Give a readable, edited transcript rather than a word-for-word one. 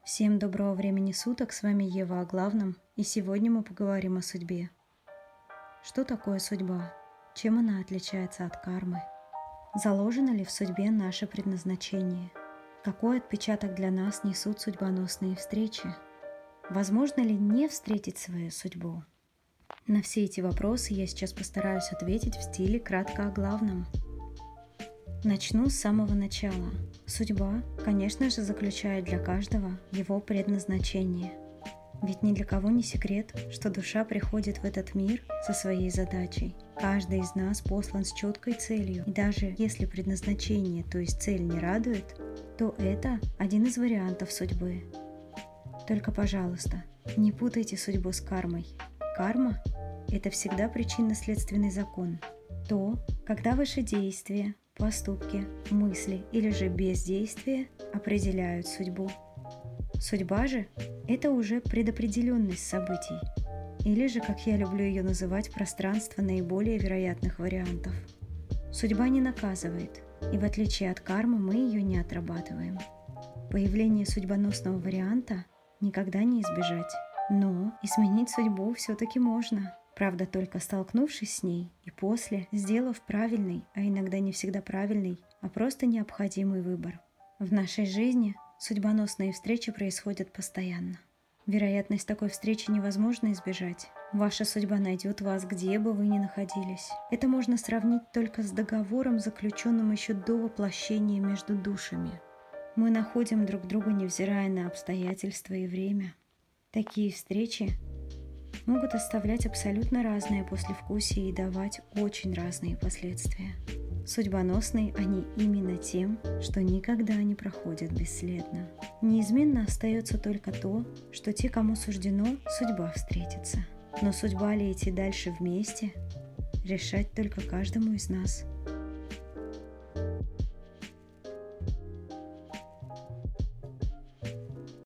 Всем доброго времени суток, с вами Ева о главном, и сегодня мы поговорим о судьбе. Что такое судьба? Чем она отличается от кармы? Заложено ли в судьбе наше предназначение? Какой отпечаток для нас несут судьбоносные встречи? Возможно ли не встретить свою судьбу? На все эти вопросы я сейчас постараюсь ответить в стиле кратко о главном. Начну с самого начала. Судьба, конечно же, заключает для каждого его предназначение. Ведь ни для кого не секрет, что душа приходит в этот мир со своей задачей. Каждый из нас послан с четкой целью, и даже если предназначение, то есть цель, не радует, то это один из вариантов судьбы. Только, пожалуйста, не путайте судьбу с кармой. Карма – это всегда причинно-следственный закон. То, когда ваши действия, поступки, мысли или же бездействие определяют судьбу. Судьба же – это уже предопределенность событий, или же, как я люблю ее называть, пространство наиболее вероятных вариантов. Судьба не наказывает, и в отличие от кармы мы ее не отрабатываем. Появление судьбоносного варианта никогда не избежать, но изменить судьбу все-таки можно. Правда, только столкнувшись с ней и после, сделав правильный, а иногда не всегда правильный, а просто необходимый выбор. В нашей жизни судьбоносные встречи происходят постоянно. Вероятность такой встречи невозможно избежать. Ваша судьба найдет вас, где бы вы ни находились. Это можно сравнить только с договором, заключенным еще до воплощения между душами. Мы находим друг друга, невзирая на обстоятельства и время. Такие встречи могут оставлять абсолютно разные послевкусия и давать очень разные последствия. Судьбоносные они именно тем, что никогда не проходят бесследно. Неизменно остается только то, что те, кому суждено, судьба встретится. Но судьба ли идти дальше вместе, решать только каждому из нас.